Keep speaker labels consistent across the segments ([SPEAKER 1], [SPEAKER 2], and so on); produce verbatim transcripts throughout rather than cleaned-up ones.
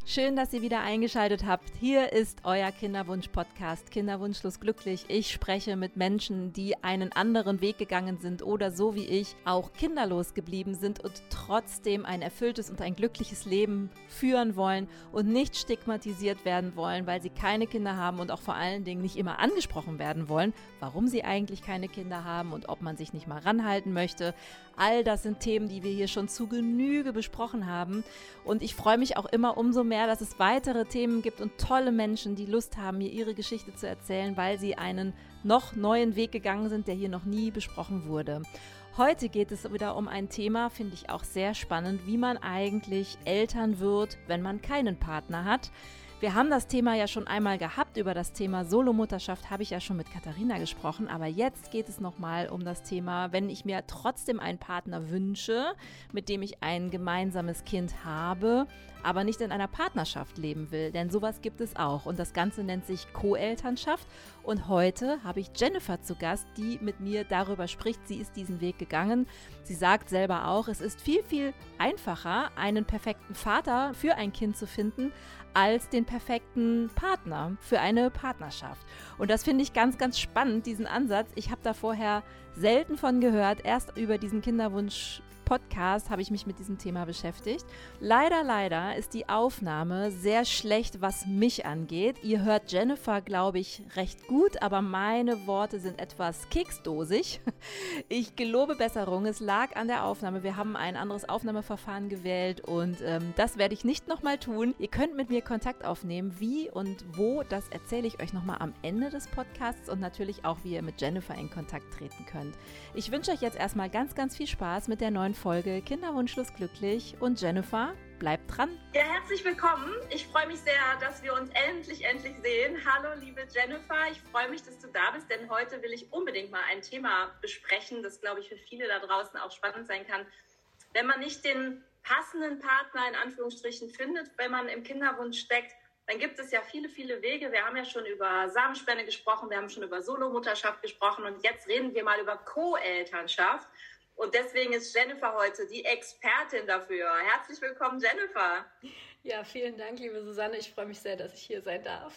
[SPEAKER 1] Schön, dass ihr wieder eingeschaltet habt. Hier ist euer Kinderwunsch-Podcast Kinderwunschlos glücklich. Ich spreche mit Menschen, die einen anderen Weg gegangen sind oder so wie ich auch kinderlos geblieben sind und trotzdem ein erfülltes und ein glückliches Leben führen wollen und nicht stigmatisiert werden wollen, weil sie keine Kinder haben und auch vor allen Dingen nicht immer angesprochen werden wollen, warum sie eigentlich keine Kinder haben und ob man sich nicht mal ranhalten möchte. All das sind Themen, die wir hier schon zu Genüge besprochen haben und ich freue mich auch immer umso mehr, dass es weitere Themen gibt und tolle Menschen, die Lust haben, mir ihre Geschichte zu erzählen, weil sie einen noch neuen Weg gegangen sind, der hier noch nie besprochen wurde. Heute geht es wieder um ein Thema, finde ich auch sehr spannend, wie man eigentlich Eltern wird, wenn man keinen Partner hat. Wir haben das Thema ja schon einmal gehabt, über das Thema Solomutterschaft habe ich ja schon mit Katharina gesprochen, aber jetzt geht es nochmal um das Thema, wenn ich mir trotzdem einen Partner wünsche, mit dem ich ein gemeinsames Kind habe, aber nicht in einer Partnerschaft leben will, denn sowas gibt es auch und das Ganze nennt sich Co-Elternschaft und heute habe ich Jennifer zu Gast, die mit mir darüber spricht, sie ist diesen Weg gegangen. Sie sagt selber auch, es ist viel, viel einfacher, einen perfekten Vater für ein Kind zu finden, als den perfekten Partner für eine Partnerschaft. Und das finde ich ganz, ganz spannend, diesen Ansatz. Ich habe da vorher selten von gehört. Erst über diesen Kinderwunsch-Podcast habe ich mich mit diesem Thema beschäftigt. Leider, leider ist die Aufnahme sehr schlecht, was mich angeht. Ihr hört Jennifer, glaube ich, recht gut, aber meine Worte sind etwas keksdosig. Ich gelobe Besserung. Es lag an der Aufnahme. Wir haben ein anderes Aufnahmeverfahren gewählt und ähm, das werde ich nicht nochmal tun. Ihr könnt mit mir Kontakt aufnehmen. Wie und wo, das erzähle ich euch nochmal am Ende des Podcasts und natürlich auch, wie ihr mit Jennifer in Kontakt treten könnt. Ich wünsche euch jetzt erstmal ganz, ganz viel Spaß mit der neuen Folge Kinderwunschlos glücklich und Jennifer, bleibt dran.
[SPEAKER 2] Ja, herzlich willkommen. Ich freue mich sehr, dass wir uns endlich, endlich sehen. Hallo, liebe Jennifer. Ich freue mich, dass du da bist, denn heute will ich unbedingt mal ein Thema besprechen, das, glaube ich, für viele da draußen auch spannend sein kann. Wenn man nicht den passenden Partner in Anführungsstrichen findet, wenn man im Kinderwunsch steckt, dann gibt es ja viele, viele Wege. Wir haben ja schon über Samenspende gesprochen, wir haben schon über Solomutterschaft gesprochen und jetzt reden wir mal über Co-Elternschaft. Und deswegen ist Jennifer heute die Expertin dafür. Herzlich willkommen, Jennifer.
[SPEAKER 3] Ja, vielen Dank, liebe Susanne. Ich freue mich sehr, dass ich hier sein darf.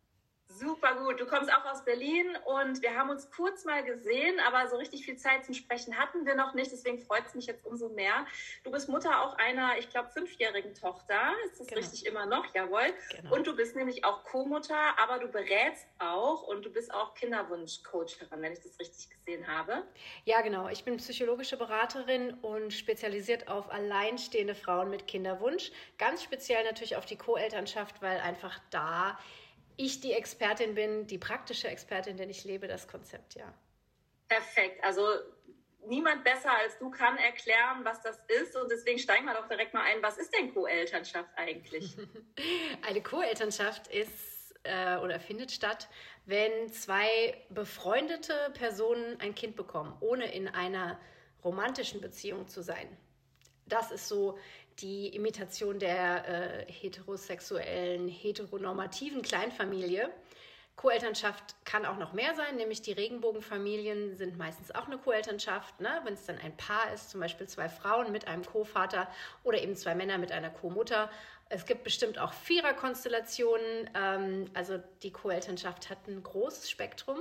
[SPEAKER 2] Super gut. Du kommst auch aus Berlin und wir haben uns kurz mal gesehen, aber so richtig viel Zeit zum Sprechen hatten wir noch nicht. Deswegen freut es mich jetzt umso mehr. Du bist Mutter auch einer, ich glaube, fünfjährigen Tochter. Ist das genau. Richtig immer noch? Jawohl. Genau. Und du bist nämlich auch Co-Mutter, aber du berätst auch und du bist auch Kinderwunsch-Coacherin, wenn ich das richtig gesehen habe.
[SPEAKER 3] Ja, genau. Ich bin psychologische Beraterin und spezialisiert auf alleinstehende Frauen mit Kinderwunsch. Ganz speziell natürlich auf die Co-Elternschaft, weil einfach da ich die Expertin bin, die praktische Expertin, denn ich lebe das Konzept, ja.
[SPEAKER 2] Perfekt. Also niemand besser als du kann erklären, was das ist. Und deswegen steigen wir doch direkt mal ein. Was ist denn Co-Elternschaft eigentlich?
[SPEAKER 3] Eine Co-Elternschaft ist äh, oder findet statt, wenn zwei befreundete Personen ein Kind bekommen, ohne in einer romantischen Beziehung zu sein. Das ist so die Imitation der äh, heterosexuellen, heteronormativen Kleinfamilie. Co-Elternschaft kann auch noch mehr sein, nämlich die Regenbogenfamilien sind meistens auch eine Co-Elternschaft, ne? Wenn es dann ein Paar ist, zum Beispiel zwei Frauen mit einem Co-Vater oder eben zwei Männer mit einer Co-Mutter. Es gibt bestimmt auch Viererkonstellationen, ähm, also die Co-Elternschaft hat ein großes Spektrum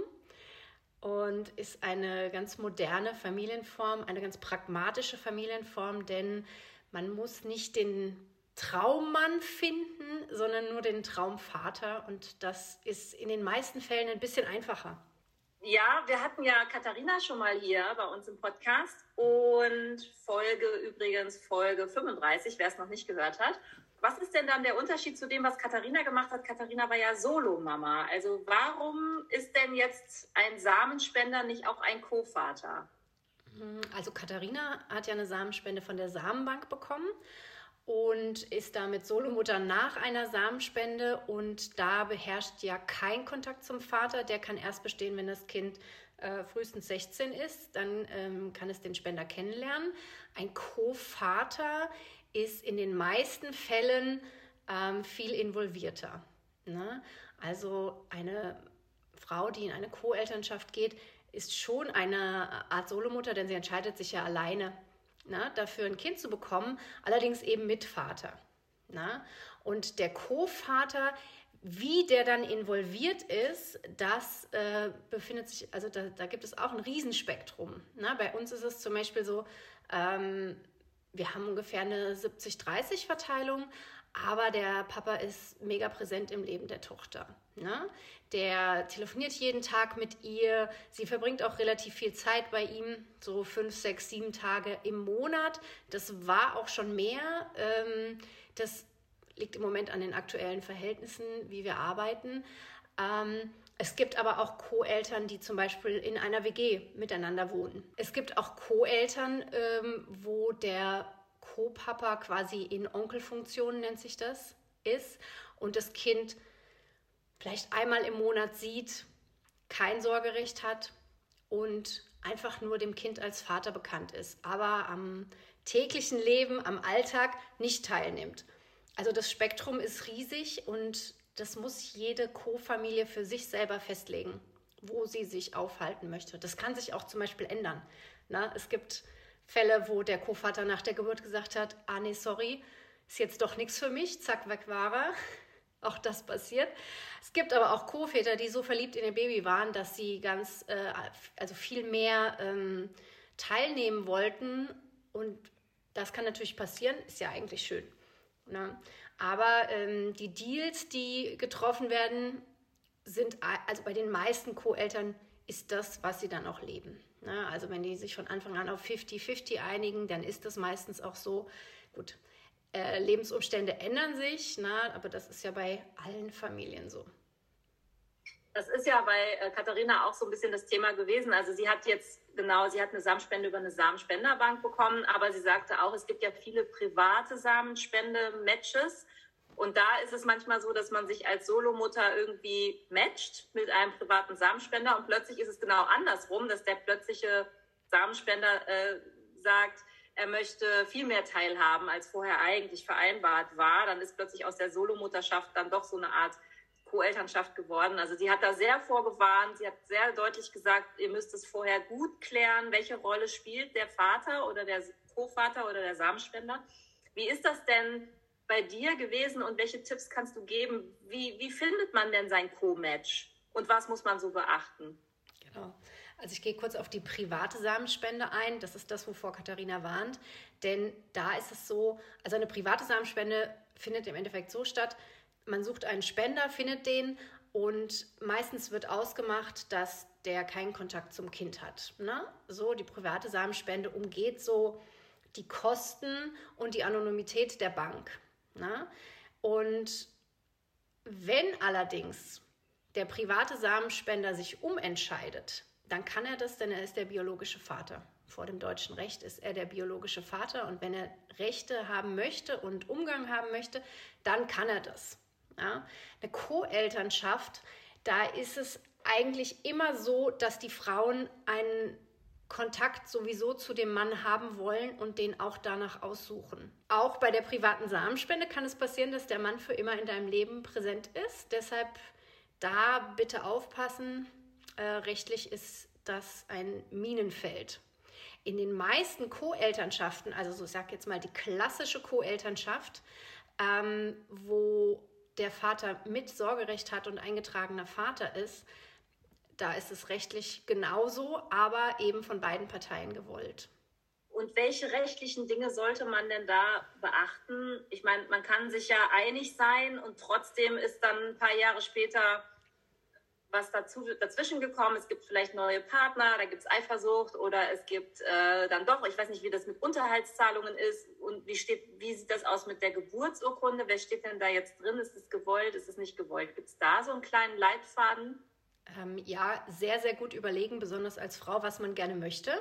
[SPEAKER 3] und ist eine ganz moderne Familienform, eine ganz pragmatische Familienform, denn man muss nicht den Traummann finden, sondern nur den Traumvater. Und das ist in den meisten Fällen ein bisschen einfacher.
[SPEAKER 2] Ja, wir hatten ja Katharina schon mal hier bei uns im Podcast. Und Folge übrigens, Folge fünfunddreißig, wer es noch nicht gehört hat. Was ist denn dann der Unterschied zu dem, was Katharina gemacht hat? Katharina war ja Solo-Mama. Also warum ist denn jetzt ein Samenspender nicht auch ein Co-Vater?
[SPEAKER 3] Also Katharina hat ja eine Samenspende von der Samenbank bekommen und ist damit Solomutter nach einer Samenspende und da beherrscht ja kein Kontakt zum Vater. Der kann erst bestehen, wenn das Kind äh, frühestens sechzehn ist. Dann ähm, kann es den Spender kennenlernen. Ein Co-Vater ist in den meisten Fällen ähm, viel involvierter. Ne? Also eine Frau, die in eine Co-Elternschaft geht, ist schon eine Art Solomutter, denn sie entscheidet sich ja alleine, ne, dafür ein Kind zu bekommen, allerdings eben mit Vater. Na? Und der Co-Vater, wie der dann involviert ist, das äh, befindet sich, also da, da gibt es auch ein Riesenspektrum. Na? Bei uns ist es zum Beispiel so, ähm, wir haben ungefähr eine siebzig dreißig Verteilung, aber der Papa ist mega präsent im Leben der Tochter. Ne? Der telefoniert jeden Tag mit ihr. Sie verbringt auch relativ viel Zeit bei ihm, so fünf, sechs, sieben Tage im Monat. Das war auch schon mehr. Ähm, das liegt im Moment an den aktuellen Verhältnissen, wie wir arbeiten. Ähm, es gibt aber auch Co-Eltern, die zum Beispiel in einer W G miteinander wohnen. Es gibt auch Co-Eltern, ähm, wo der Co-Papa quasi in Onkelfunktion, nennt sich das, ist und das Kind vielleicht einmal im Monat sieht, kein Sorgerecht hat und einfach nur dem Kind als Vater bekannt ist, aber am täglichen Leben, am Alltag nicht teilnimmt. Also das Spektrum ist riesig und das muss jede Co-Familie für sich selber festlegen, wo sie sich aufhalten möchte. Das kann sich auch zum Beispiel ändern. Na, es gibt Fälle, wo der Co-Vater nach der Geburt gesagt hat, ah nee, sorry, ist jetzt doch nichts für mich, zack, weg war er. Auch das passiert. Es gibt aber auch Co-Väter, die so verliebt in ihr Baby waren, dass sie ganz, äh, also viel mehr ähm, teilnehmen wollten. Und das kann natürlich passieren, ist ja eigentlich schön. Ne? Aber ähm, die Deals, die getroffen werden, sind, also bei den meisten Co-Eltern ist das, was sie dann auch leben. Ne? Also wenn die sich von Anfang an auf fünfzig fünfzig einigen, dann ist das meistens auch so. Gut, äh, Lebensumstände ändern sich, na, aber das ist ja bei allen Familien so.
[SPEAKER 2] Das ist ja bei äh, Katharina auch so ein bisschen das Thema gewesen. Also sie hat jetzt, genau, sie hat eine Samenspende über eine Samenspenderbank bekommen, aber sie sagte auch, es gibt ja viele private Samenspende-Matches. Und da ist es manchmal so, dass man sich als Solomutter irgendwie matcht mit einem privaten Samenspender und plötzlich ist es genau andersrum, dass der plötzliche Samenspender äh, sagt, er möchte viel mehr teilhaben, als vorher eigentlich vereinbart war. Dann ist plötzlich aus der Solomutterschaft dann doch so eine Art Co-Elternschaft geworden. Also sie hat da sehr vorgewarnt, sie hat sehr deutlich gesagt, ihr müsst es vorher gut klären, welche Rolle spielt der Vater oder der Co-Vater oder der Samenspender. Wie ist das denn bei dir gewesen und welche Tipps kannst du geben? Wie, wie findet man denn sein Co-Match und was muss man so beachten?
[SPEAKER 3] Genau. Also ich gehe kurz auf die private Samenspende ein. Das ist das, wovor Katharina warnt. Denn da ist es so, also eine private Samenspende findet im Endeffekt so statt, man sucht einen Spender, findet den und meistens wird ausgemacht, dass der keinen Kontakt zum Kind hat. Ne? So, die private Samenspende umgeht so die Kosten und die Anonymität der Bank. Ne? Und wenn allerdings der private Samenspender sich umentscheidet, dann kann er das, denn er ist der biologische Vater. Vor dem deutschen Recht ist er der biologische Vater und wenn er Rechte haben möchte und Umgang haben möchte, dann kann er das. Ja? Eine Co-Elternschaft, da ist es eigentlich immer so, dass die Frauen einen Kontakt sowieso zu dem Mann haben wollen und den auch danach aussuchen. Auch bei der privaten Samenspende kann es passieren, dass der Mann für immer in deinem Leben präsent ist. Deshalb da bitte aufpassen. Äh, rechtlich ist das ein Minenfeld. In den meisten Co-Elternschaften, also so ich sage jetzt mal die klassische Co-Elternschaft, ähm, wo der Vater mit Sorgerecht hat und eingetragener Vater ist, da ist es rechtlich genauso, aber eben von beiden Parteien gewollt.
[SPEAKER 2] Und welche rechtlichen Dinge sollte man denn da beachten? Ich meine, man kann sich ja einig sein und trotzdem ist dann ein paar Jahre später was dazu, dazwischen gekommen. Es gibt vielleicht neue Partner, da gibt es Eifersucht oder es gibt äh, dann doch, ich weiß nicht, wie das mit Unterhaltszahlungen ist und wie, steht, wie sieht das aus mit der Geburtsurkunde? Wer steht denn da jetzt drin? Ist es gewollt, ist es nicht gewollt? Gibt es da so einen kleinen Leitfaden?
[SPEAKER 3] Ähm, ja, sehr, sehr gut überlegen, besonders als Frau, was man gerne möchte.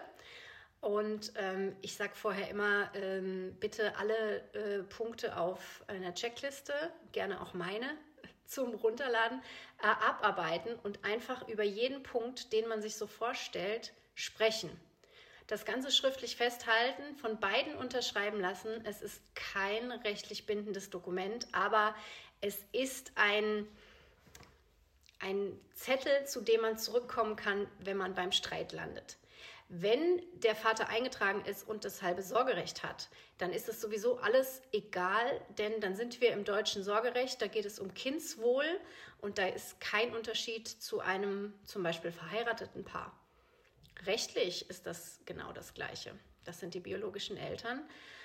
[SPEAKER 3] Und ähm, ich sage vorher immer, ähm, bitte alle äh, Punkte auf einer Checkliste, gerne auch meine, zum Runterladen, äh, abarbeiten und einfach über jeden Punkt, den man sich so vorstellt, sprechen. Das Ganze schriftlich festhalten, von beiden unterschreiben lassen. Es ist kein rechtlich bindendes Dokument, aber es ist ein ein Zettel, zu dem man zurückkommen kann, wenn man beim Streit landet. Wenn der Vater eingetragen ist und das halbe Sorgerecht hat, dann ist es sowieso alles egal, denn dann sind wir im deutschen Sorgerecht, da geht es um Kindswohl und da ist kein Unterschied zu einem zum Beispiel verheirateten Paar. Rechtlich ist das genau das Gleiche. Das sind die biologischen Eltern.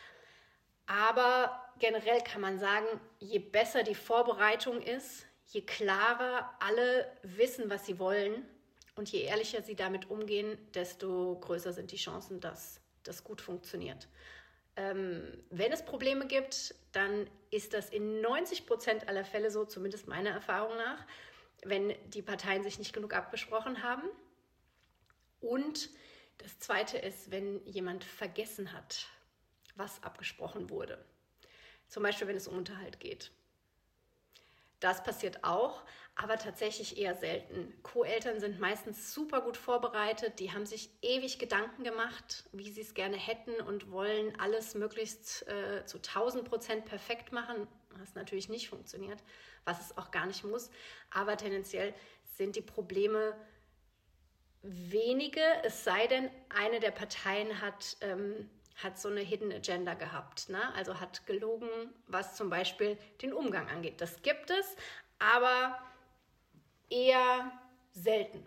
[SPEAKER 3] Aber generell kann man sagen, je besser die Vorbereitung ist, je klarer alle wissen, was sie wollen, und je ehrlicher sie damit umgehen, desto größer sind die Chancen, dass das gut funktioniert. Ähm, wenn es Probleme gibt, dann ist das in neunzig Prozent aller Fälle so, zumindest meiner Erfahrung nach, wenn die Parteien sich nicht genug abgesprochen haben. Und das Zweite ist, wenn jemand vergessen hat, was abgesprochen wurde. Zum Beispiel, wenn es um Unterhalt geht. Das passiert auch, aber tatsächlich eher selten. Co-Eltern sind meistens super gut vorbereitet, die haben sich ewig Gedanken gemacht, wie sie es gerne hätten und wollen alles möglichst äh, zu tausend Prozent perfekt machen, was natürlich nicht funktioniert, was es auch gar nicht muss. Aber tendenziell sind die Probleme wenige, es sei denn, eine der Parteien hat... Ähm, hat so eine Hidden Agenda gehabt, ne? Also hat gelogen, was zum Beispiel den Umgang angeht. Das gibt es, aber eher selten.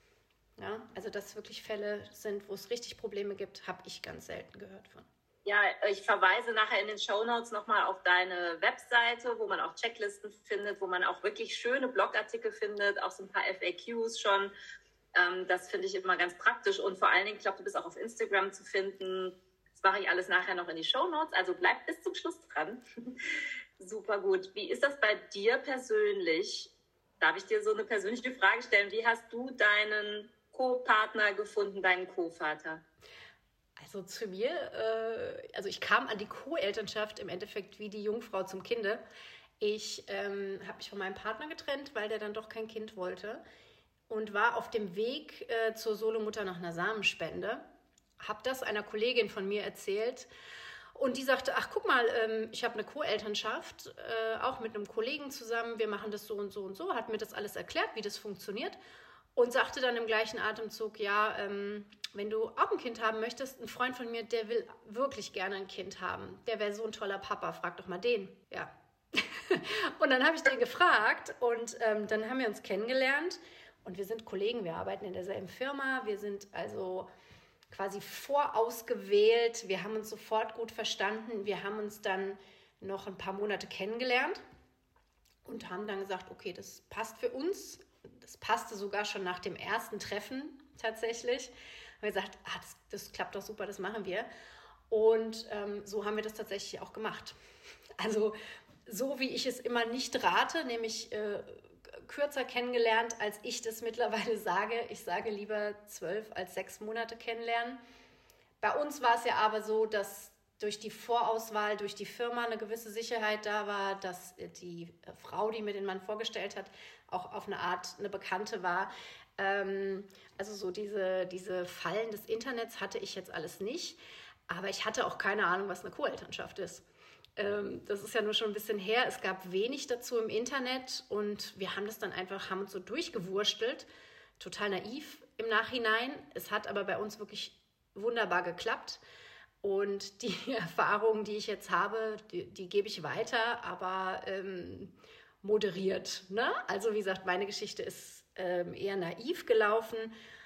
[SPEAKER 3] Ja? Also dass wirklich Fälle sind, wo es richtig Probleme gibt, habe ich ganz selten gehört von.
[SPEAKER 2] Ja, ich verweise nachher in den Shownotes nochmal auf deine Webseite, wo man auch Checklisten findet, wo man auch wirklich schöne Blogartikel findet, auch so ein paar F A Qs schon. Das finde ich immer ganz praktisch und vor allen Dingen, ich glaube, du bist auch auf Instagram zu finden. Das mache ich alles nachher noch in die Shownotes, also bleib bis zum Schluss dran. Super gut. Wie ist das bei dir persönlich? Darf ich dir so eine persönliche Frage stellen? Wie hast du deinen Co-Partner gefunden, deinen Co-Vater?
[SPEAKER 3] Also zu mir, äh, also ich kam an die Co-Elternschaft im Endeffekt wie die Jungfrau zum Kinde. Ich ähm, habe mich von meinem Partner getrennt, weil der dann doch kein Kind wollte und war auf dem Weg äh, zur Solomutter nach einer Samenspende. Habe das einer Kollegin von mir erzählt und die sagte, ach guck mal, ähm, ich habe eine Co-Elternschaft, äh, auch mit einem Kollegen zusammen, wir machen das so und so und so, hat mir das alles erklärt, wie das funktioniert und sagte dann im gleichen Atemzug, ja, ähm, wenn du auch ein Kind haben möchtest, ein Freund von mir, der will wirklich gerne ein Kind haben, der wäre so ein toller Papa, frag doch mal den. Ja. Und dann habe ich den gefragt und ähm, dann haben wir uns kennengelernt und wir sind Kollegen, wir arbeiten in derselben Firma, wir sind also... quasi vorausgewählt. Wir haben uns sofort gut verstanden. Wir haben uns dann noch ein paar Monate kennengelernt und haben dann gesagt, okay, das passt für uns. Das passte sogar schon nach dem ersten Treffen tatsächlich. Haben wir gesagt, ah, das, das klappt doch super, das machen wir. Und ähm, so haben wir das tatsächlich auch gemacht. Also so wie ich es immer nicht rate, nämlich äh, kürzer kennengelernt, als ich das mittlerweile sage. Ich sage lieber zwölf als sechs Monate kennenlernen. Bei uns war es ja aber so, dass durch die Vorauswahl, durch die Firma eine gewisse Sicherheit da war, dass die Frau, die mir den Mann vorgestellt hat, auch auf eine Art eine Bekannte war. Ähm, also so diese, diese Fallen des Internets hatte ich jetzt alles nicht. Aber ich hatte auch keine Ahnung, was eine Co-Elternschaft ist. Das ist ja nur schon ein bisschen her. Es gab wenig dazu im Internet und wir haben das dann einfach, haben uns so durchgewurstelt, total naiv im Nachhinein. Es hat aber bei uns wirklich wunderbar geklappt und die Erfahrungen, die ich jetzt habe, die, die gebe ich weiter, aber ähm, moderiert. Ne? Also wie gesagt, meine Geschichte ist ähm, eher naiv gelaufen,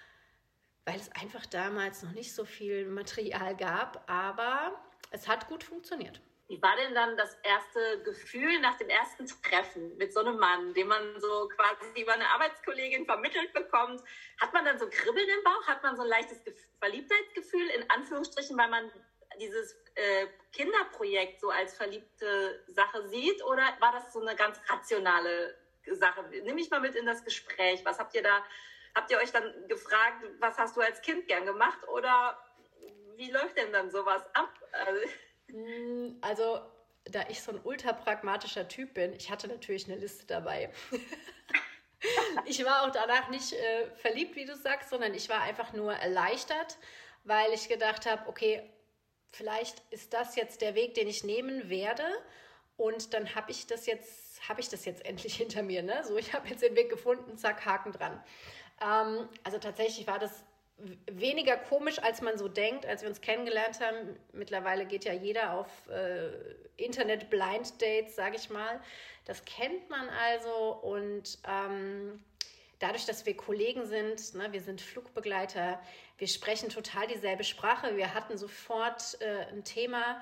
[SPEAKER 3] weil es einfach damals noch nicht so viel Material gab, aber es hat gut funktioniert.
[SPEAKER 2] Wie war denn dann das erste Gefühl nach dem ersten Treffen mit so einem Mann, den man so quasi über eine Arbeitskollegin vermittelt bekommt? Hat man dann so Kribbeln im Bauch? Hat man so ein leichtes Ge- Verliebtheitsgefühl, in Anführungsstrichen, weil man dieses äh, Kinderprojekt so als verliebte Sache sieht? Oder war das so eine ganz rationale Sache? Nimm mich mal mit in das Gespräch. Was habt ihr da, habt ihr euch dann gefragt, was hast du als Kind gern gemacht? Oder wie läuft denn dann sowas ab? Also,
[SPEAKER 3] Also, da ich so ein ultra pragmatischer Typ bin, ich hatte natürlich eine Liste dabei. Ich war auch danach nicht äh, verliebt, wie du sagst, sondern ich war einfach nur erleichtert, weil ich gedacht habe, okay, vielleicht ist das jetzt der Weg, den ich nehmen werde und dann habe ich das jetzt, habe ich das jetzt endlich hinter mir. Ne? So, ich habe jetzt den Weg gefunden, zack, Haken dran. Ähm, also tatsächlich war das weniger komisch, als man so denkt, als wir uns kennengelernt haben. Mittlerweile geht ja jeder auf äh, Internet-Blind-Dates, sage ich mal. Das kennt man also und ähm, dadurch, dass wir Kollegen sind, ne, wir sind Flugbegleiter, wir sprechen total dieselbe Sprache, wir hatten sofort äh, ein Thema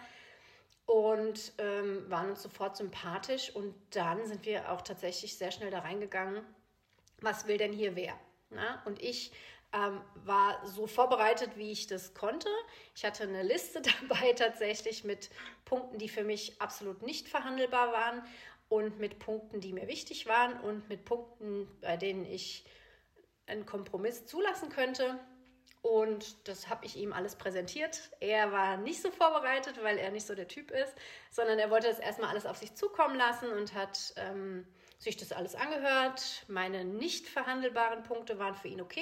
[SPEAKER 3] und ähm, waren uns sofort sympathisch und dann sind wir auch tatsächlich sehr schnell da reingegangen, was will denn hier wer? Na? Und ich ähm, war so vorbereitet, wie ich das konnte. Ich hatte eine Liste dabei tatsächlich mit Punkten, die für mich absolut nicht verhandelbar waren und mit Punkten, die mir wichtig waren und mit Punkten, bei denen ich einen Kompromiss zulassen könnte. Und das habe ich ihm alles präsentiert. Er war nicht so vorbereitet, weil er nicht so der Typ ist, sondern er wollte das erstmal alles auf sich zukommen lassen und hat ähm, sich das alles angehört. Meine nicht verhandelbaren Punkte waren für ihn okay.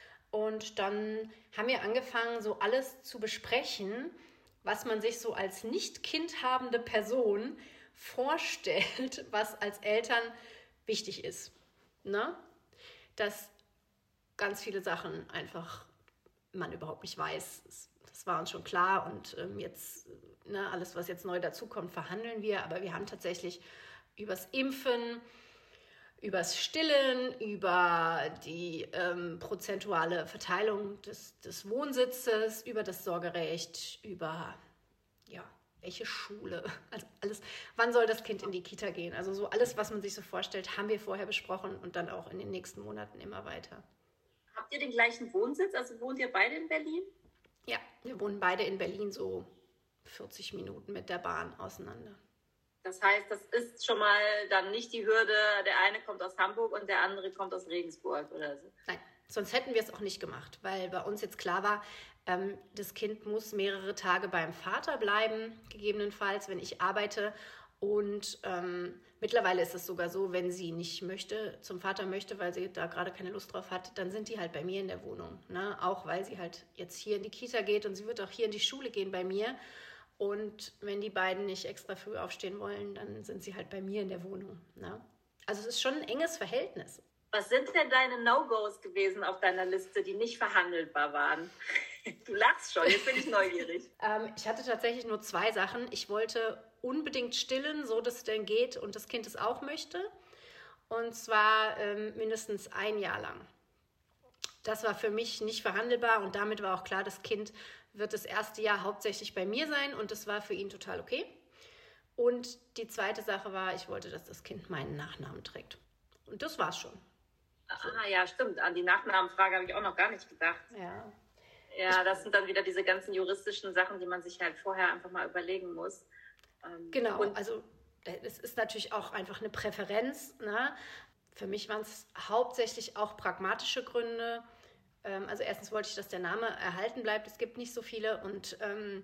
[SPEAKER 3] Und dann haben wir angefangen, so alles zu besprechen, was man sich so als nicht kindhabende Person vorstellt, was als Eltern wichtig ist. Ne? Dass ganz viele Sachen einfach man überhaupt nicht weiß. Das war uns schon klar und ähm, jetzt, ne, alles, was jetzt neu dazukommt, verhandeln wir. Aber wir haben tatsächlich übers Impfen, übers Stillen, über die ähm, prozentuale Verteilung des, des Wohnsitzes, über das Sorgerecht, über ja, welche Schule, also alles, wann soll das Kind in die Kita gehen? Also so alles, was man sich so vorstellt, haben wir vorher besprochen und dann auch in den nächsten Monaten immer weiter.
[SPEAKER 2] Habt ihr den gleichen Wohnsitz? Also wohnt ihr beide in Berlin?
[SPEAKER 3] Ja, wir wohnen beide in Berlin so vierzig Minuten mit der Bahn auseinander.
[SPEAKER 2] Das heißt, das ist schon mal dann nicht die Hürde, der eine kommt aus Hamburg und der andere kommt aus Regensburg oder so.
[SPEAKER 3] Nein, sonst hätten wir es auch nicht gemacht, weil bei uns jetzt klar war, ähm, das Kind muss mehrere Tage beim Vater bleiben, gegebenenfalls, wenn ich arbeite. Und ähm, mittlerweile ist es sogar so, wenn sie nicht möchte, zum Vater möchte, weil sie da gerade keine Lust drauf hat, dann sind die halt bei mir in der Wohnung. Ne? Auch weil sie halt jetzt hier in die Kita geht und sie wird auch hier in die Schule gehen bei mir. Und wenn die beiden nicht extra früh aufstehen wollen, dann sind sie halt bei mir in der Wohnung. Ne? Also es ist schon ein enges Verhältnis.
[SPEAKER 2] Was sind denn deine No-Gos gewesen auf deiner Liste, die nicht verhandelbar waren? Du lachst schon, jetzt bin ich neugierig.
[SPEAKER 3] ähm, ich hatte tatsächlich nur zwei Sachen. Ich wollte unbedingt stillen, so dass es denn geht und das Kind es auch möchte. Und zwar ähm, mindestens ein Jahr lang. Das war für mich nicht verhandelbar und damit war auch klar, das Kind wird das erste Jahr hauptsächlich bei mir sein und das war für ihn total okay. Und die zweite Sache war, ich wollte, dass das Kind meinen Nachnamen trägt. Und das war's schon.
[SPEAKER 2] So. Ah ja, stimmt. An die Nachnamenfrage habe ich auch noch gar nicht gedacht.
[SPEAKER 3] Ja.
[SPEAKER 2] Ja, das sind dann wieder diese ganzen juristischen Sachen, die man sich halt vorher einfach mal überlegen muss.
[SPEAKER 3] Ähm, genau, und also es ist natürlich auch einfach eine Präferenz. Ne? Für mich waren es hauptsächlich auch pragmatische Gründe. Ähm, also erstens wollte ich, dass der Name erhalten bleibt. Es gibt nicht so viele und ähm,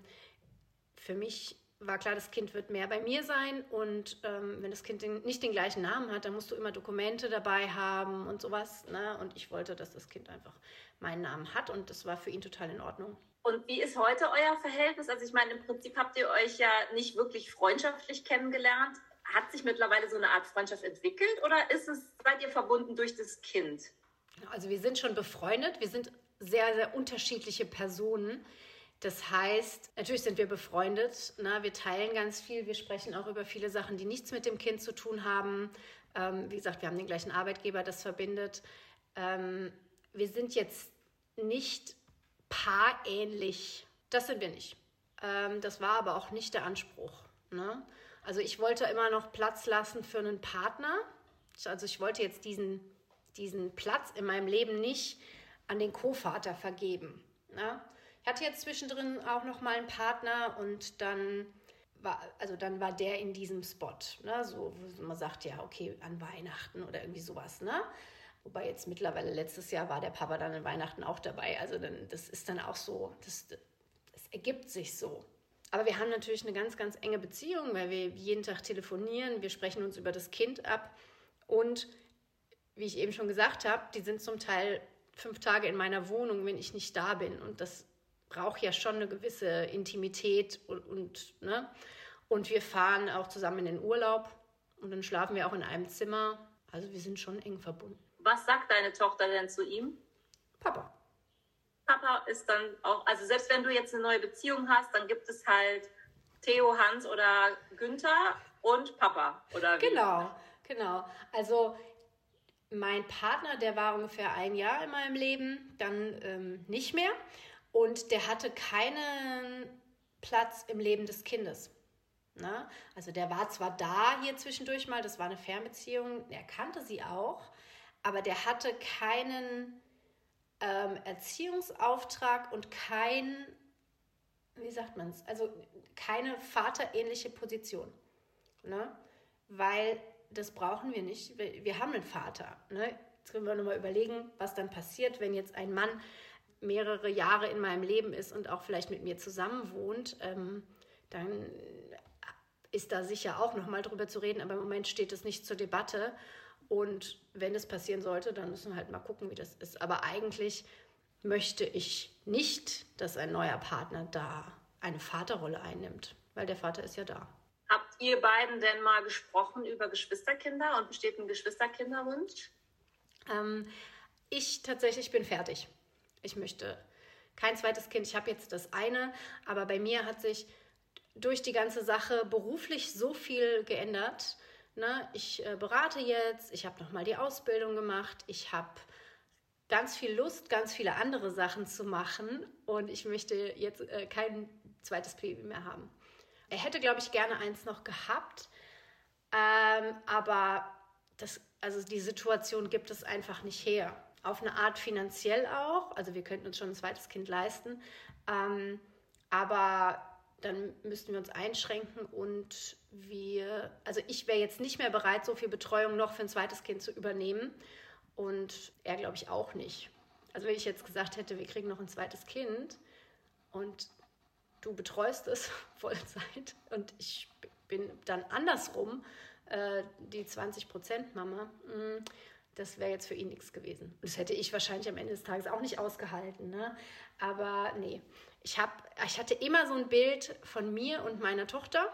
[SPEAKER 3] für mich war klar, das Kind wird mehr bei mir sein und ähm, wenn das Kind den, nicht den gleichen Namen hat, dann musst du immer Dokumente dabei haben und sowas. Ne? Und ich wollte, dass das Kind einfach meinen Namen hat und das war für ihn total in Ordnung.
[SPEAKER 2] Und wie ist heute euer Verhältnis? Also ich meine, im Prinzip habt ihr euch ja nicht wirklich freundschaftlich kennengelernt. Hat sich mittlerweile so eine Art Freundschaft entwickelt oder ist es, seid ihr verbunden durch das Kind?
[SPEAKER 3] Also wir sind schon befreundet, wir sind sehr, sehr unterschiedliche Personen. Das heißt, natürlich sind wir befreundet, ne? Wir teilen ganz viel, wir sprechen auch über viele Sachen, die nichts mit dem Kind zu tun haben. Ähm, wie gesagt, wir haben den gleichen Arbeitgeber, das verbindet. Ähm, wir sind jetzt nicht paarähnlich, das sind wir nicht. Ähm, das war aber auch nicht der Anspruch. Ne? Also ich wollte immer noch Platz lassen für einen Partner. Also ich wollte jetzt diesen, diesen Platz in meinem Leben nicht an den Co-Vater vergeben. Ne? Ich hatte jetzt zwischendrin auch noch mal einen Partner und dann war, also dann war der in diesem Spot. Ne? So, wo man sagt, ja, okay, an Weihnachten oder irgendwie sowas. Ne? Wobei jetzt mittlerweile letztes Jahr war der Papa dann an Weihnachten auch dabei. Also dann, das ist dann auch so, das, das ergibt sich so. Aber wir haben natürlich eine ganz, ganz enge Beziehung, weil wir jeden Tag telefonieren, wir sprechen uns über das Kind ab und wie ich eben schon gesagt habe, die sind zum Teil fünf Tage in meiner Wohnung, wenn ich nicht da bin und das braucht ja schon eine gewisse Intimität und, und, ne? Und wir fahren auch zusammen in den Urlaub und dann schlafen wir auch in einem Zimmer. Also wir sind schon eng verbunden.
[SPEAKER 2] Was sagt deine Tochter denn zu ihm?
[SPEAKER 3] Papa.
[SPEAKER 2] Papa ist dann auch, also selbst wenn du jetzt eine neue Beziehung hast, dann gibt es halt Theo, Hans oder Günther und Papa, oder wie?
[SPEAKER 3] Genau, genau. Also mein Partner, der war ungefähr ein Jahr in meinem Leben, dann ähm, nicht mehr. Und der hatte keinen Platz im Leben des Kindes. Ne? Also der war zwar da hier zwischendurch mal, das war eine Fernbeziehung, er kannte sie auch, aber der hatte keinen ähm, Erziehungsauftrag und kein, wie sagt man es, also keine vaterähnliche Position. Ne? Weil das brauchen wir nicht. Wir haben einen Vater. Ne? Jetzt können wir nochmal überlegen, was dann passiert, wenn jetzt ein Mann mehrere Jahre in meinem Leben ist und auch vielleicht mit mir zusammen wohnt. Ähm, dann ist da sicher auch nochmal drüber zu reden, aber im Moment steht es nicht zur Debatte. Und wenn es passieren sollte, dann müssen wir halt mal gucken, wie das ist. Aber eigentlich möchte ich nicht, dass ein neuer Partner da eine Vaterrolle einnimmt, weil der Vater ist ja da.
[SPEAKER 2] Habt ihr beiden denn mal gesprochen über Geschwisterkinder und besteht ein Geschwisterkinderwunsch?
[SPEAKER 3] Ähm, ich tatsächlich bin fertig. Ich möchte kein zweites Kind. Ich habe jetzt das eine, aber bei mir hat sich durch die ganze Sache beruflich so viel geändert. Ne? Ich äh, berate jetzt, ich habe nochmal die Ausbildung gemacht, ich habe ganz viel Lust, ganz viele andere Sachen zu machen und ich möchte jetzt äh, kein zweites Baby mehr haben. Er hätte, glaube ich, gerne eins noch gehabt, ähm, aber das, also die Situation gibt es einfach nicht her. Auf eine Art finanziell auch, also wir könnten uns schon ein zweites Kind leisten, ähm, aber dann müssten wir uns einschränken und wir, also ich wäre jetzt nicht mehr bereit, so viel Betreuung noch für ein zweites Kind zu übernehmen und er, glaube ich, auch nicht. Also wenn ich jetzt gesagt hätte, wir kriegen noch ein zweites Kind und du betreust es Vollzeit und ich bin dann andersrum äh, die zwanzig Prozent Mama, mh, das wäre jetzt für ihn nichts gewesen. Das hätte ich wahrscheinlich am Ende des Tages auch nicht ausgehalten. Ne? Aber nee, ich, hab, ich hatte immer so ein Bild von mir und meiner Tochter.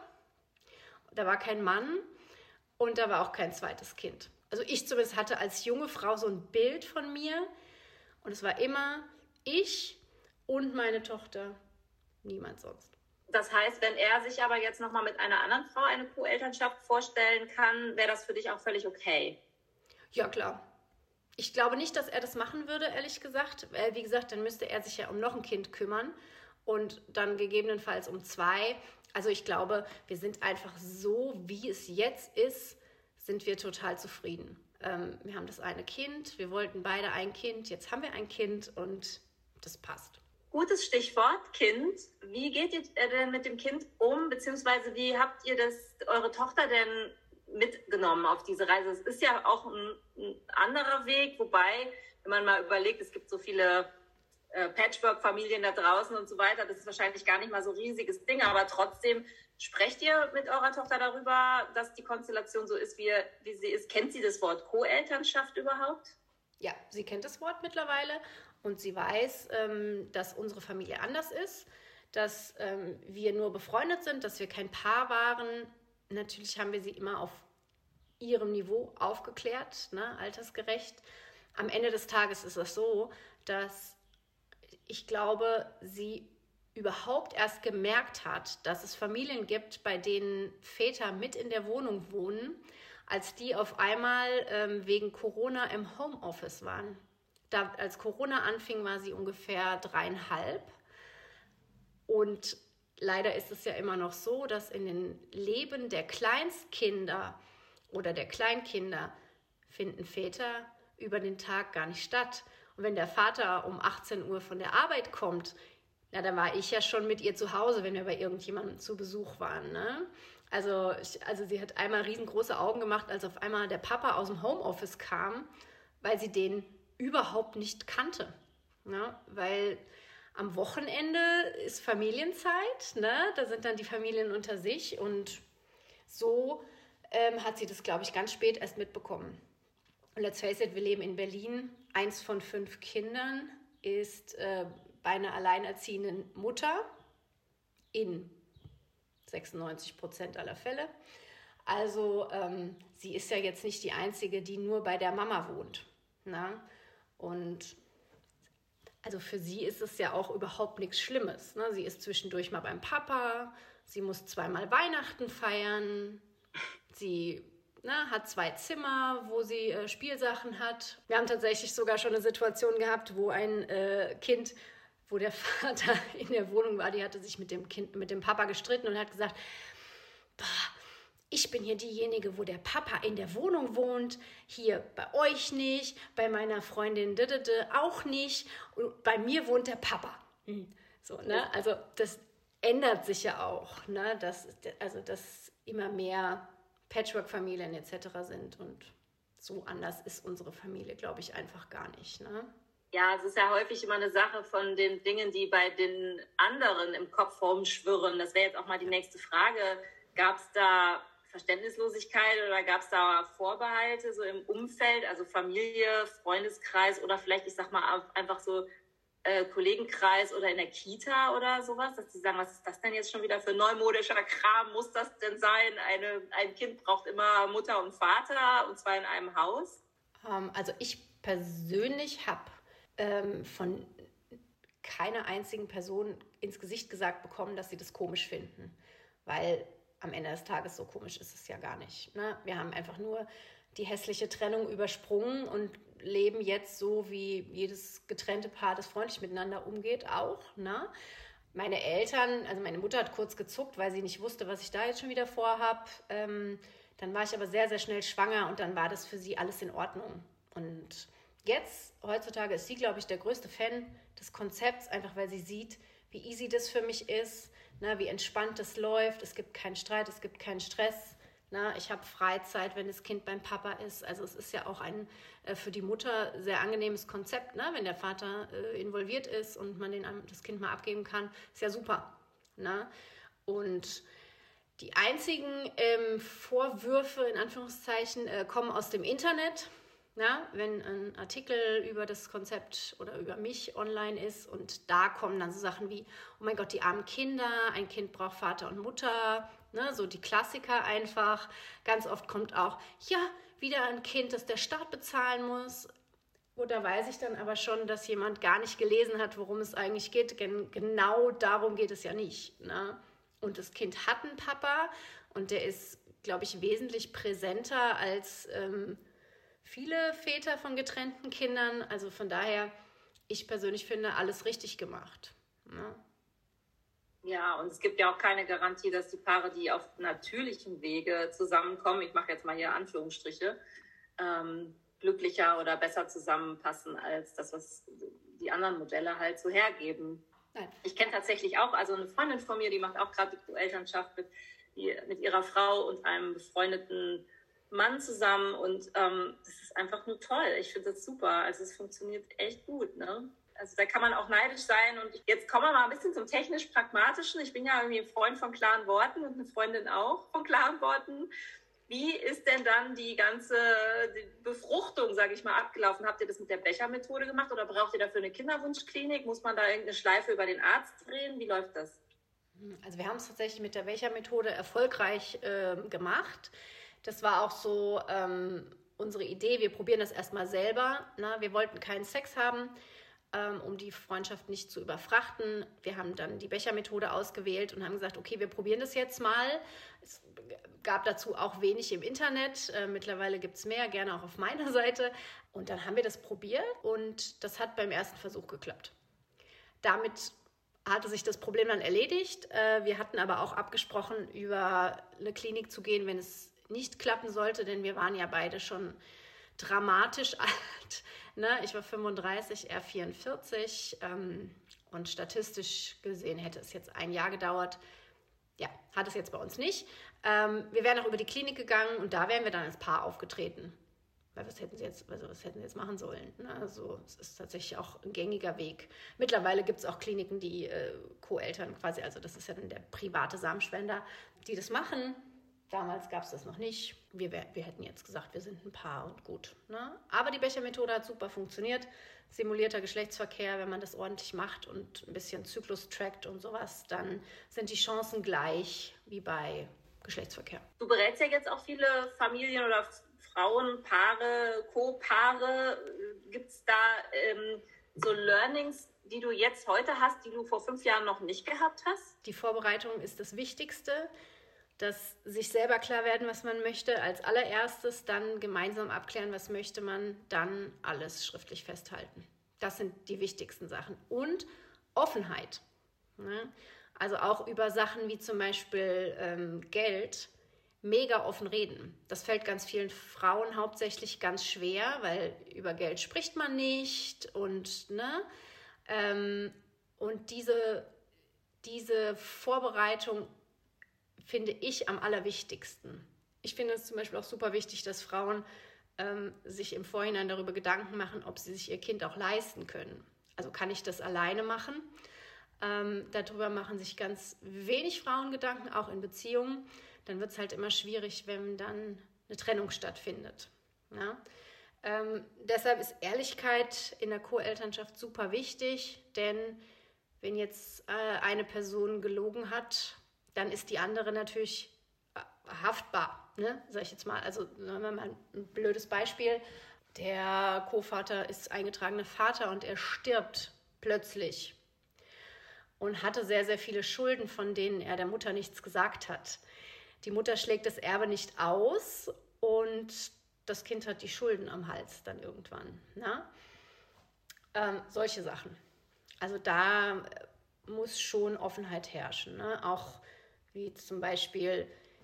[SPEAKER 3] Da war kein Mann und da war auch kein zweites Kind. Also ich zumindest hatte als junge Frau so ein Bild von mir und es war immer ich und meine Tochter. Niemand sonst.
[SPEAKER 2] Das heißt, wenn er sich aber jetzt nochmal mit einer anderen Frau eine Co-Elternschaft vorstellen kann, wäre das für dich auch völlig okay?
[SPEAKER 3] Ja, klar. Ich glaube nicht, dass er das machen würde, ehrlich gesagt. Weil, wie gesagt, dann müsste er sich ja um noch ein Kind kümmern und dann gegebenenfalls um zwei. Also ich glaube, wir sind einfach so, wie es jetzt ist, sind wir total zufrieden. Ähm, wir haben das eine Kind, wir wollten beide ein Kind, jetzt haben wir ein Kind und das passt.
[SPEAKER 2] Gutes Stichwort, Kind. Wie geht ihr denn mit dem Kind um, beziehungsweise wie habt ihr das, eure Tochter denn mitgenommen auf diese Reise? Es ist ja auch ein, ein anderer Weg, wobei, wenn man mal überlegt, es gibt so viele äh, Patchwork-Familien da draußen und so weiter, das ist wahrscheinlich gar nicht mal so ein riesiges Ding, aber trotzdem, sprecht ihr mit eurer Tochter darüber, dass die Konstellation so ist, wie, wie sie ist? Kennt sie das Wort Co-Elternschaft überhaupt?
[SPEAKER 3] Ja, sie kennt das Wort mittlerweile. Und sie weiß, ähm, dass unsere Familie anders ist, dass ähm, wir nur befreundet sind, dass wir kein Paar waren. Natürlich haben wir sie immer auf ihrem Niveau aufgeklärt, ne, altersgerecht. Am Ende des Tages ist es so, dass ich glaube, sie überhaupt erst gemerkt hat, dass es Familien gibt, bei denen Väter mit in der Wohnung wohnen, als die auf einmal ähm, wegen Corona im Homeoffice waren. Da, als Corona anfing, war sie ungefähr dreieinhalb. Und leider ist es ja immer noch so, dass in den Leben der Kleinstkinder oder der Kleinkinder finden Väter über den Tag gar nicht statt. Und wenn der Vater um achtzehn Uhr von der Arbeit kommt, na, dann war ich ja schon mit ihr zu Hause, wenn wir bei irgendjemandem zu Besuch waren. Ne? Also, ich, also sie hat einmal riesengroße Augen gemacht, als auf einmal der Papa aus dem Homeoffice kam, weil sie den überhaupt nicht kannte, ne? Weil am Wochenende ist Familienzeit, ne? Da sind dann die Familien unter sich und so ähm, hat sie das, glaube ich, ganz spät erst mitbekommen. Und let's face it, wir leben in Berlin, eins von fünf Kindern ist äh, bei einer alleinerziehenden Mutter in sechsundneunzig Prozent aller Fälle. Also ähm, sie ist ja jetzt nicht die Einzige, die nur bei der Mama wohnt, ne? Und Also für sie ist es ja auch überhaupt nichts Schlimmes. Ne? Sie ist zwischendurch mal beim Papa, sie muss zweimal Weihnachten feiern, sie ne, hat zwei Zimmer, wo sie äh, Spielsachen hat. Wir haben tatsächlich sogar schon eine Situation gehabt, wo ein äh, Kind, wo der Vater in der Wohnung war, die hatte sich mit dem Kind, mit dem Papa gestritten und hat gesagt, boah, ich bin hier diejenige, wo der Papa in der Wohnung wohnt, hier bei euch nicht, bei meiner Freundin auch nicht und bei mir wohnt der Papa. So, ne? Also das ändert sich ja auch, ne? dass, also dass immer mehr Patchwork-Familien et cetera sind und so anders ist unsere Familie, glaube ich, einfach gar nicht. Ne?
[SPEAKER 2] Ja, es ist ja häufig immer eine Sache von den Dingen, die bei den anderen im Kopf rumschwirren. Das wäre jetzt auch mal die nächste Frage. Gab es da Verständnislosigkeit oder gab es da Vorbehalte so im Umfeld, also Familie, Freundeskreis oder vielleicht, ich sag mal, einfach so äh, Kollegenkreis oder in der Kita oder sowas, dass die sagen, was ist das denn jetzt schon wieder für neumodischer Kram? Muss das denn sein? Eine, ein Kind braucht immer Mutter und Vater und zwar in einem Haus?
[SPEAKER 3] Ähm, also ich persönlich habe ähm, von keiner einzigen Person ins Gesicht gesagt bekommen, dass sie das komisch finden, weil am Ende des Tages so komisch ist es ja gar nicht. Ne? Wir haben einfach nur die hässliche Trennung übersprungen und leben jetzt so, wie jedes getrennte Paar, das freundlich miteinander umgeht, auch. Ne? Meine Eltern, also meine Mutter hat kurz gezuckt, weil sie nicht wusste, was ich da jetzt schon wieder vorhab. Ähm, dann war ich aber sehr, sehr schnell schwanger und dann war das für sie alles in Ordnung. Und jetzt, heutzutage, ist sie, glaube ich, der größte Fan des Konzepts, einfach weil sie sieht, wie easy das für mich ist, na, wie entspannt es läuft. Es gibt keinen Streit, es gibt keinen Stress. Na, ich habe Freizeit, wenn das Kind beim Papa ist. Also es ist ja auch ein äh, für die Mutter sehr angenehmes Konzept, ne? Wenn der Vater äh, involviert ist und man den, das Kind mal abgeben kann. Ist ja super. Na? Und die einzigen ähm, Vorwürfe, in Anführungszeichen, äh, kommen aus dem Internet. Na, wenn ein Artikel über das Konzept oder über mich online ist und da kommen dann so Sachen wie, oh mein Gott, die armen Kinder, ein Kind braucht Vater und Mutter, ne, so die Klassiker einfach. Ganz oft kommt auch, ja, wieder ein Kind, das der Staat bezahlen muss. Und da weiß ich dann aber schon, dass jemand gar nicht gelesen hat, worum es eigentlich geht. Gen- genau darum geht es ja nicht. Ne? Und das Kind hat einen Papa und der ist, glaube ich, wesentlich präsenter als ähm, viele Väter von getrennten Kindern. Also von daher, ich persönlich finde, alles richtig gemacht. Ja.
[SPEAKER 2] Ja, und es gibt ja auch keine Garantie, dass die Paare, die auf natürlichem Wege zusammenkommen, ich mache jetzt mal hier Anführungsstriche, ähm, glücklicher oder besser zusammenpassen als das, was die anderen Modelle halt so hergeben. Nein. Ich kenne tatsächlich auch, also eine Freundin von mir, die macht auch gerade die Co-Elternschaft mit, die, mit ihrer Frau und einem befreundeten Mann zusammen und ähm, das ist einfach nur toll. Ich finde das super. Also es funktioniert echt gut, ne? Also da kann man auch neidisch sein und jetzt kommen wir mal ein bisschen zum technisch-pragmatischen. Ich bin ja irgendwie ein Freund von klaren Worten und eine Freundin auch von klaren Worten. Wie ist denn dann die ganze die Befruchtung, sage ich mal, abgelaufen? Habt ihr das mit der Bechermethode gemacht oder braucht ihr dafür eine Kinderwunschklinik? Muss man da irgendeine Schleife über den Arzt drehen? Wie läuft das?
[SPEAKER 3] Also wir haben es tatsächlich mit der Bechermethode erfolgreich äh, gemacht. Das war auch so ähm, unsere Idee. Wir probieren das erstmal selber. Ne? Wir wollten keinen Sex haben, ähm, um die Freundschaft nicht zu überfrachten. Wir haben dann die Bechermethode ausgewählt und haben gesagt, okay, wir probieren das jetzt mal. Es gab dazu auch wenig im Internet. Äh, mittlerweile gibt es mehr, gerne auch auf meiner Seite. Und dann haben wir das probiert und das hat beim ersten Versuch geklappt. Damit hatte sich das Problem dann erledigt. Äh, wir hatten aber auch abgesprochen, über eine Klinik zu gehen, wenn es nicht klappen sollte, denn wir waren ja beide schon dramatisch alt. Ne? Ich war fünfunddreißig, er vierundvierzig ähm, und statistisch gesehen hätte es jetzt ein Jahr gedauert. Ja, hat es jetzt bei uns nicht. Ähm, wir wären auch über die Klinik gegangen und da wären wir dann als Paar aufgetreten. Weil was hätten sie jetzt, also was hätten sie jetzt machen sollen? Ne? Also es ist tatsächlich auch ein gängiger Weg. Mittlerweile gibt es auch Kliniken, die äh, Co-Eltern quasi, also das ist ja dann der private Samenspender, die das machen. Damals gab es das noch nicht. Wir, wir hätten jetzt gesagt, wir sind ein Paar und gut. Ne? Aber die Bechermethode hat super funktioniert. Simulierter Geschlechtsverkehr, wenn man das ordentlich macht und ein bisschen Zyklus trackt und sowas, dann sind die Chancen gleich wie bei Geschlechtsverkehr.
[SPEAKER 2] Du berätst ja jetzt auch viele Familien oder Frauen, Paare, Co-Paare. Gibt es da ähm, so Learnings, die du jetzt heute hast, die du vor fünf Jahren noch nicht gehabt hast?
[SPEAKER 3] Die Vorbereitung ist das Wichtigste. Das sich selber klar werden, was man möchte, als allererstes, dann gemeinsam abklären, was möchte man, dann alles schriftlich festhalten. Das sind die wichtigsten Sachen. Und Offenheit. Ne? Also auch über Sachen wie zum Beispiel ähm, Geld mega offen reden. Das fällt ganz vielen Frauen hauptsächlich ganz schwer, weil über Geld spricht man nicht und, ne? ähm, und diese, diese Vorbereitung finde ich am allerwichtigsten. Ich finde es zum Beispiel auch super wichtig, dass Frauen ähm, sich im Vorhinein darüber Gedanken machen, ob sie sich ihr Kind auch leisten können. Also kann ich das alleine machen? Ähm, darüber machen sich ganz wenig Frauen Gedanken, auch in Beziehungen. Dann wird es halt immer schwierig, wenn dann eine Trennung stattfindet. Ja? Ähm, deshalb ist Ehrlichkeit in der Co-Elternschaft super wichtig, denn wenn jetzt äh, eine Person gelogen hat, dann ist die andere natürlich haftbar, ne? Sag ich jetzt mal. Also nehmen wir mal ein blödes Beispiel. Der Co-Vater ist eingetragener Vater und er stirbt plötzlich und hatte sehr, sehr viele Schulden, von denen er der Mutter nichts gesagt hat. Die Mutter schlägt das Erbe nicht aus und das Kind hat die Schulden am Hals dann irgendwann. Ne? Ähm, solche Sachen. Also da muss schon Offenheit herrschen. Ne? Auch wie zum Beispiel,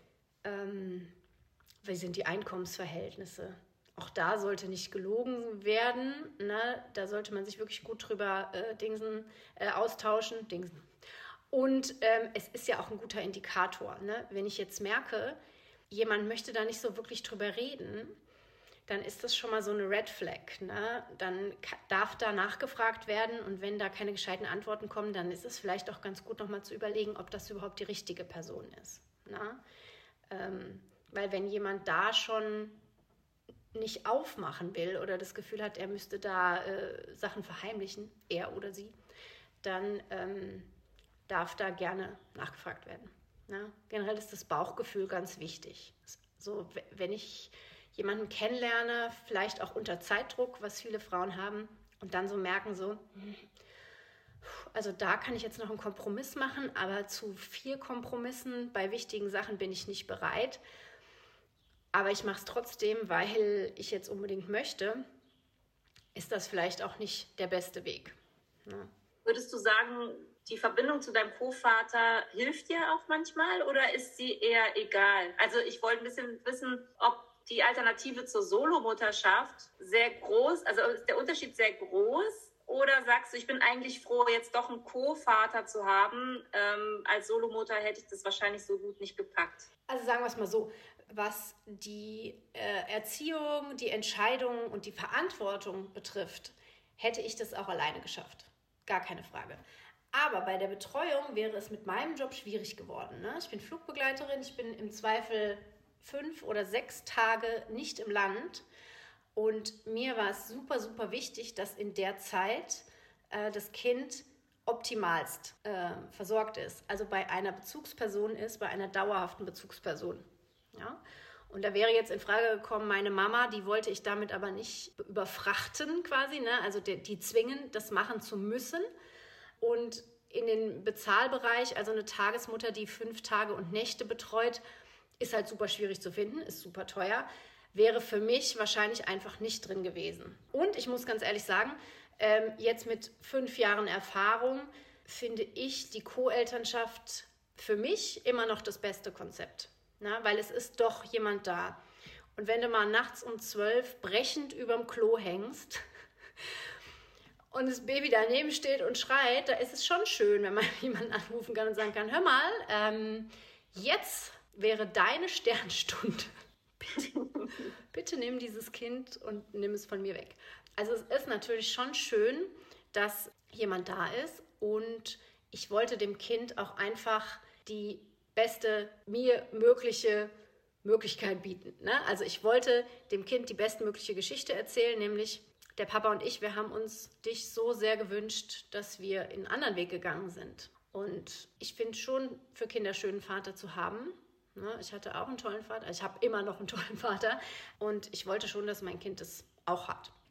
[SPEAKER 3] ähm, wie sind die Einkommensverhältnisse? Auch da sollte nicht gelogen werden. Ne? Da sollte man sich wirklich gut drüber äh, dingsen, äh, austauschen. Dingsen. Und ähm, es ist ja auch ein guter Indikator. Ne? Wenn ich jetzt merke, jemand möchte da nicht so wirklich drüber reden, dann ist das schon mal so eine Red Flag. Ne? Dann darf da nachgefragt werden und wenn da keine gescheiten Antworten kommen, dann ist es vielleicht auch ganz gut, nochmal zu überlegen, ob das überhaupt die richtige Person ist. Ne? Ähm, weil wenn jemand da schon nicht aufmachen will oder das Gefühl hat, er müsste da äh, Sachen verheimlichen, er oder sie, dann ähm, darf da gerne nachgefragt werden. Ne? Generell ist das Bauchgefühl ganz wichtig. So, wenn ich jemanden kennenlerne, vielleicht auch unter Zeitdruck, was viele Frauen haben, und dann so merken so, also da kann ich jetzt noch einen Kompromiss machen, aber zu vier Kompromissen bei wichtigen Sachen bin ich nicht bereit. Aber ich mache es trotzdem, weil ich jetzt unbedingt möchte, ist das vielleicht auch nicht der beste Weg. Ja.
[SPEAKER 2] Würdest du sagen, die Verbindung zu deinem Co-Vater hilft dir auch manchmal oder ist sie eher egal? Also ich wollte ein bisschen wissen, ob die Alternative zur Solomutterschaft sehr groß, also ist der Unterschied sehr groß? Oder sagst du, ich bin eigentlich froh, jetzt doch einen Co-Vater zu haben? Ähm, als Solomutter hätte ich das wahrscheinlich so gut nicht gepackt.
[SPEAKER 3] Also sagen wir es mal so, was die äh, Erziehung, die Entscheidung und die Verantwortung betrifft, hätte ich das auch alleine geschafft. Gar keine Frage. Aber bei der Betreuung wäre es mit meinem Job schwierig geworden. Ne? Ich bin Flugbegleiterin, ich bin im Zweifel fünf oder sechs Tage nicht im Land. Und mir war es super, super wichtig, dass in der Zeit äh, das Kind optimalst äh, versorgt ist. Also bei einer Bezugsperson ist, bei einer dauerhaften Bezugsperson. Ja? Und da wäre jetzt in Frage gekommen, meine Mama, die wollte ich damit aber nicht überfrachten quasi, ne? Also die, die zwingen, das machen zu müssen. Und in den Bezahlbereich, also eine Tagesmutter, die fünf Tage und Nächte betreut, ist halt super schwierig zu finden, ist super teuer. Wäre für mich wahrscheinlich einfach nicht drin gewesen. Und ich muss ganz ehrlich sagen, ähm, jetzt mit fünf Jahren Erfahrung finde ich die Co-Elternschaft für mich immer noch das beste Konzept. Na, weil es ist doch jemand da. Und wenn du mal nachts um zwölf brechend überm Klo hängst und das Baby daneben steht und schreit, da ist es schon schön, wenn man jemanden anrufen kann und sagen kann, hör mal, ähm, jetzt wäre deine Sternstunde. Bitte, bitte nimm dieses Kind und nimm es von mir weg. Also es ist natürlich schon schön, dass jemand da ist und ich wollte dem Kind auch einfach die beste mir mögliche Möglichkeit bieten. Ne? Also ich wollte dem Kind die bestmögliche Geschichte erzählen, nämlich der Papa und ich, wir haben uns dich so sehr gewünscht, dass wir einen anderen Weg gegangen sind. Und ich finde schon für Kinder schön, einen Vater zu haben. Ne? Ich hatte auch einen tollen Vater, ich habe immer noch einen tollen Vater und ich wollte schon, dass mein Kind das auch hat.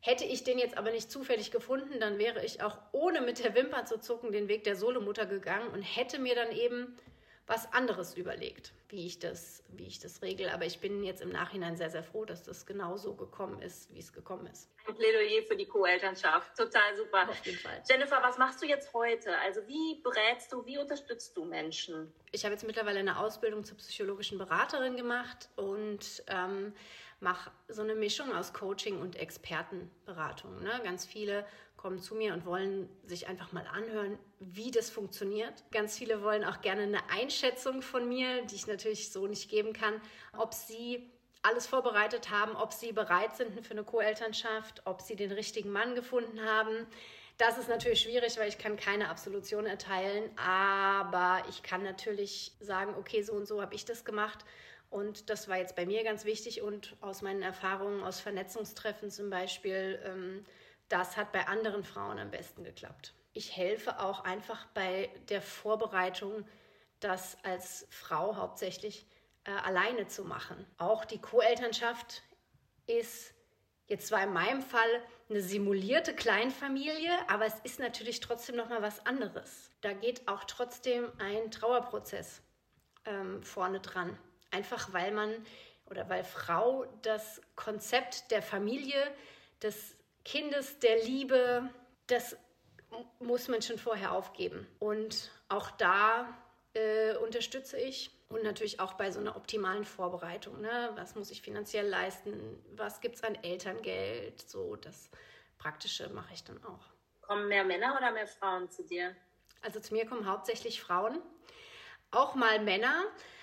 [SPEAKER 3] Hätte ich den jetzt aber nicht zufällig gefunden, dann wäre ich auch ohne mit der Wimper zu zucken den Weg der Solomutter gegangen und hätte mir dann eben was anderes überlegt, wie ich das, wie ich das regel. Aber ich bin jetzt im Nachhinein sehr, sehr froh, dass das genau so gekommen ist, wie es gekommen ist.
[SPEAKER 2] Ein Plädoyer für die Co-Elternschaft. Total super.
[SPEAKER 3] Auf jeden Fall.
[SPEAKER 2] Jennifer, was machst du jetzt heute? Also wie berätst du, wie unterstützt du Menschen?
[SPEAKER 3] Ich habe jetzt mittlerweile eine Ausbildung zur psychologischen Beraterin gemacht und ähm, mache so eine Mischung aus Coaching und Expertenberatung. Ne? Ganz viele kommen zu mir und wollen sich einfach mal anhören, wie das funktioniert. Ganz viele wollen auch gerne eine Einschätzung von mir, die ich natürlich so nicht geben kann, ob sie alles vorbereitet haben, ob sie bereit sind für eine Co-Elternschaft, ob sie den richtigen Mann gefunden haben. Das ist natürlich schwierig, weil ich kann keine Absolution erteilen, aber ich kann natürlich sagen, okay, so und so habe ich das gemacht. Und das war jetzt bei mir ganz wichtig und aus meinen Erfahrungen aus Vernetzungstreffen zum Beispiel, ähm, das hat bei anderen Frauen am besten geklappt. Ich helfe auch einfach bei der Vorbereitung, das als Frau hauptsächlich äh, alleine zu machen. Auch die Co-Elternschaft ist jetzt zwar in meinem Fall eine simulierte Kleinfamilie, aber es ist natürlich trotzdem noch mal was anderes. Da geht auch trotzdem ein Trauerprozess ähm, vorne dran. Einfach weil man oder weil Frau das Konzept der Familie, des Kindes, der Liebe, das muss man schon vorher aufgeben. Und auch da äh, unterstütze ich und natürlich auch bei so einer optimalen Vorbereitung. Ne? Was muss ich finanziell leisten? Was gibt es an Elterngeld? So, das Praktische mache ich dann auch.
[SPEAKER 2] Kommen mehr Männer oder mehr Frauen zu dir?
[SPEAKER 3] Also zu mir kommen hauptsächlich Frauen, auch mal Männer.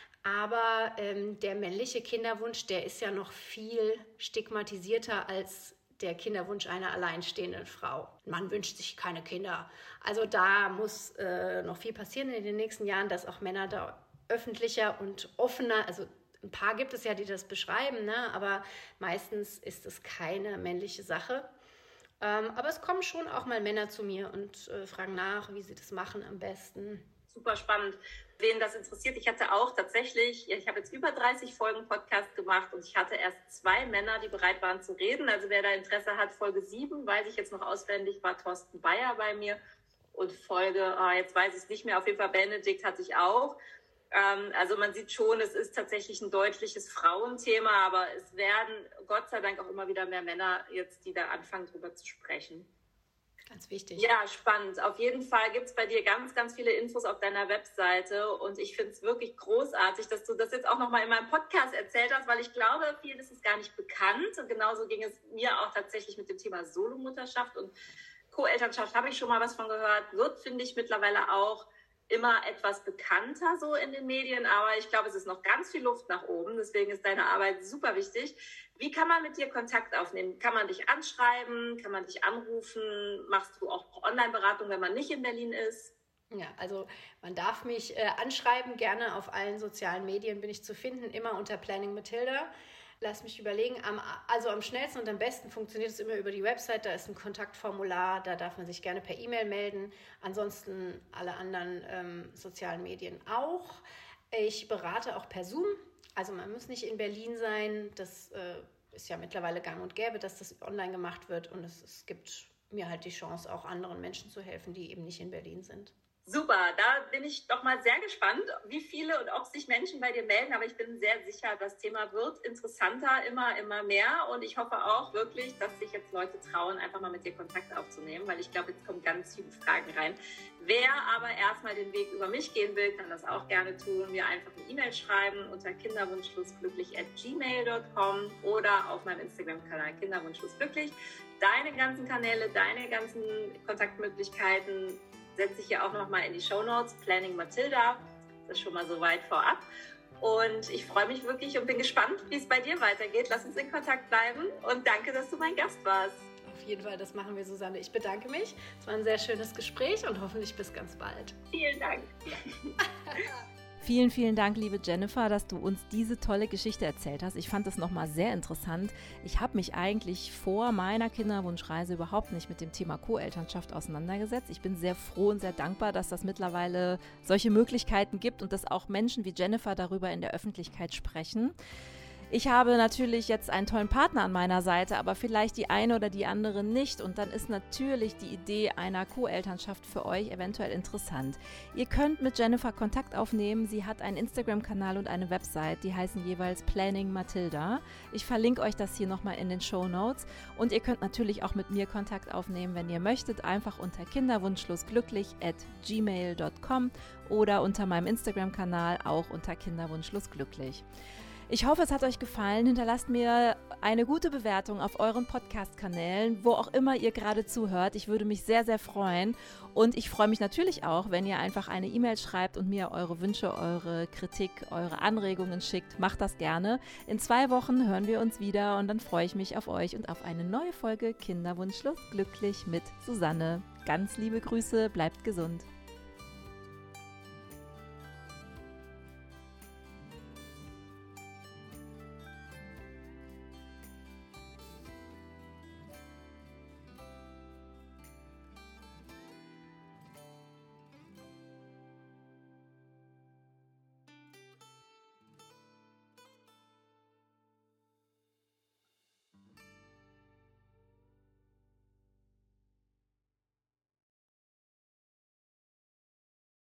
[SPEAKER 3] Aber ähm, der männliche Kinderwunsch, der ist ja noch viel stigmatisierter als der Kinderwunsch einer alleinstehenden Frau. Ein Mann wünscht sich keine Kinder. Also da muss äh, noch viel passieren in den nächsten Jahren, dass auch Männer da öffentlicher und offener, also ein paar gibt es ja, die das beschreiben, ne? Aber meistens ist es keine männliche Sache. Ähm, aber es kommen schon auch mal Männer zu mir und äh, fragen nach, wie sie das machen am besten.
[SPEAKER 2] Super spannend. Wen das interessiert, ich hatte auch tatsächlich, ich habe jetzt über dreißig Folgen Podcast gemacht und ich hatte erst zwei Männer, die bereit waren zu reden. Also wer da Interesse hat, Folge sieben, weiß ich jetzt noch auswendig, war Thorsten Bayer bei mir. Und Folge, oh, jetzt weiß ich es nicht mehr, auf jeden Fall Benedikt hatte ich auch. Ähm, also man sieht schon, es ist tatsächlich ein deutliches Frauenthema, aber es werden Gott sei Dank auch immer wieder mehr Männer jetzt, die da anfangen, drüber zu sprechen.
[SPEAKER 3] Ganz wichtig.
[SPEAKER 2] Ja, spannend. Auf jeden Fall gibt es bei dir ganz, ganz viele Infos auf deiner Webseite und ich finde es wirklich großartig, dass du das jetzt auch nochmal in meinem Podcast erzählt hast, weil ich glaube, vielen ist es gar nicht bekannt und genauso ging es mir auch tatsächlich mit dem Thema Solomutterschaft und Co-Elternschaft habe ich schon mal was von gehört, wird, finde ich, mittlerweile auch immer etwas bekannter so in den Medien, aber ich glaube, es ist noch ganz viel Luft nach oben, deswegen ist deine Arbeit super wichtig. Wie kann man mit dir Kontakt aufnehmen? Kann man dich anschreiben? Kann man dich anrufen? Machst du auch Online-Beratung, wenn man nicht in Berlin ist?
[SPEAKER 3] Ja, also man darf mich äh, anschreiben, gerne auf allen sozialen Medien bin ich zu finden, immer unter Planning Mathilda. Lass mich überlegen, am, also am schnellsten und am besten funktioniert es immer über die Website, da ist ein Kontaktformular, da darf man sich gerne per E-Mail melden, ansonsten alle anderen ähm, sozialen Medien auch. Ich berate auch per Zoom, also man muss nicht in Berlin sein, das äh, ist ja mittlerweile gang und gäbe, dass das online gemacht wird und es, es gibt mir halt die Chance, auch anderen Menschen zu helfen, die eben nicht in Berlin sind.
[SPEAKER 2] Super, da bin ich doch mal sehr gespannt, wie viele und ob sich Menschen bei dir melden. Aber ich bin sehr sicher, das Thema wird interessanter, immer, immer mehr. Und ich hoffe auch wirklich, dass sich jetzt Leute trauen, einfach mal mit dir Kontakt aufzunehmen, weil ich glaube, jetzt kommen ganz viele Fragen rein. Wer aber erstmal den Weg über mich gehen will, kann das auch gerne tun. Mir einfach eine E-Mail schreiben unter kinderwunschschlussglücklich at gmail dot com oder auf meinem Instagram-Kanal kinderwunschschlussglücklich. Deine ganzen Kanäle, deine ganzen Kontaktmöglichkeiten setze ich hier auch nochmal in die Shownotes, Planning Mathilda, das ist schon mal so weit vorab. Und ich freue mich wirklich und bin gespannt, wie es bei dir weitergeht. Lass uns in Kontakt bleiben und danke, dass du mein Gast warst.
[SPEAKER 3] Auf jeden Fall, das machen wir, Susanne. Ich bedanke mich. Es war ein sehr schönes Gespräch und hoffentlich bis ganz bald.
[SPEAKER 2] Vielen Dank.
[SPEAKER 1] Vielen, vielen Dank, liebe Jennifer, dass du uns diese tolle Geschichte erzählt hast. Ich fand das nochmal sehr interessant. Ich habe mich eigentlich vor meiner Kinderwunschreise überhaupt nicht mit dem Thema Co-Elternschaft auseinandergesetzt. Ich bin sehr froh und sehr dankbar, dass das mittlerweile solche Möglichkeiten gibt und dass auch Menschen wie Jennifer darüber in der Öffentlichkeit sprechen. Ich habe natürlich jetzt einen tollen Partner an meiner Seite, aber vielleicht die eine oder die andere nicht. Und dann ist natürlich die Idee einer Co-Elternschaft für euch eventuell interessant. Ihr könnt mit Jennifer Kontakt aufnehmen. Sie hat einen Instagram-Kanal und eine Website, die heißen jeweils Planning Matilda. Ich verlinke euch das hier nochmal in den Shownotes. Und ihr könnt natürlich auch mit mir Kontakt aufnehmen, wenn ihr möchtet, einfach unter kinderwunschlosglücklich at gmail dot com oder unter meinem Instagram-Kanal auch unter kinderwunschlosglücklich. Ich hoffe, es hat euch gefallen. Hinterlasst mir eine gute Bewertung auf euren Podcast-Kanälen, wo auch immer ihr gerade zuhört. Ich würde mich sehr, sehr freuen. Und ich freue mich natürlich auch, wenn ihr einfach eine E-Mail schreibt und mir eure Wünsche, eure Kritik, eure Anregungen schickt. Macht das gerne. In zwei Wochen hören wir uns wieder und dann freue ich mich auf euch und auf eine neue Folge Kinderwunschlos glücklich mit Susanne. Ganz liebe Grüße, bleibt gesund.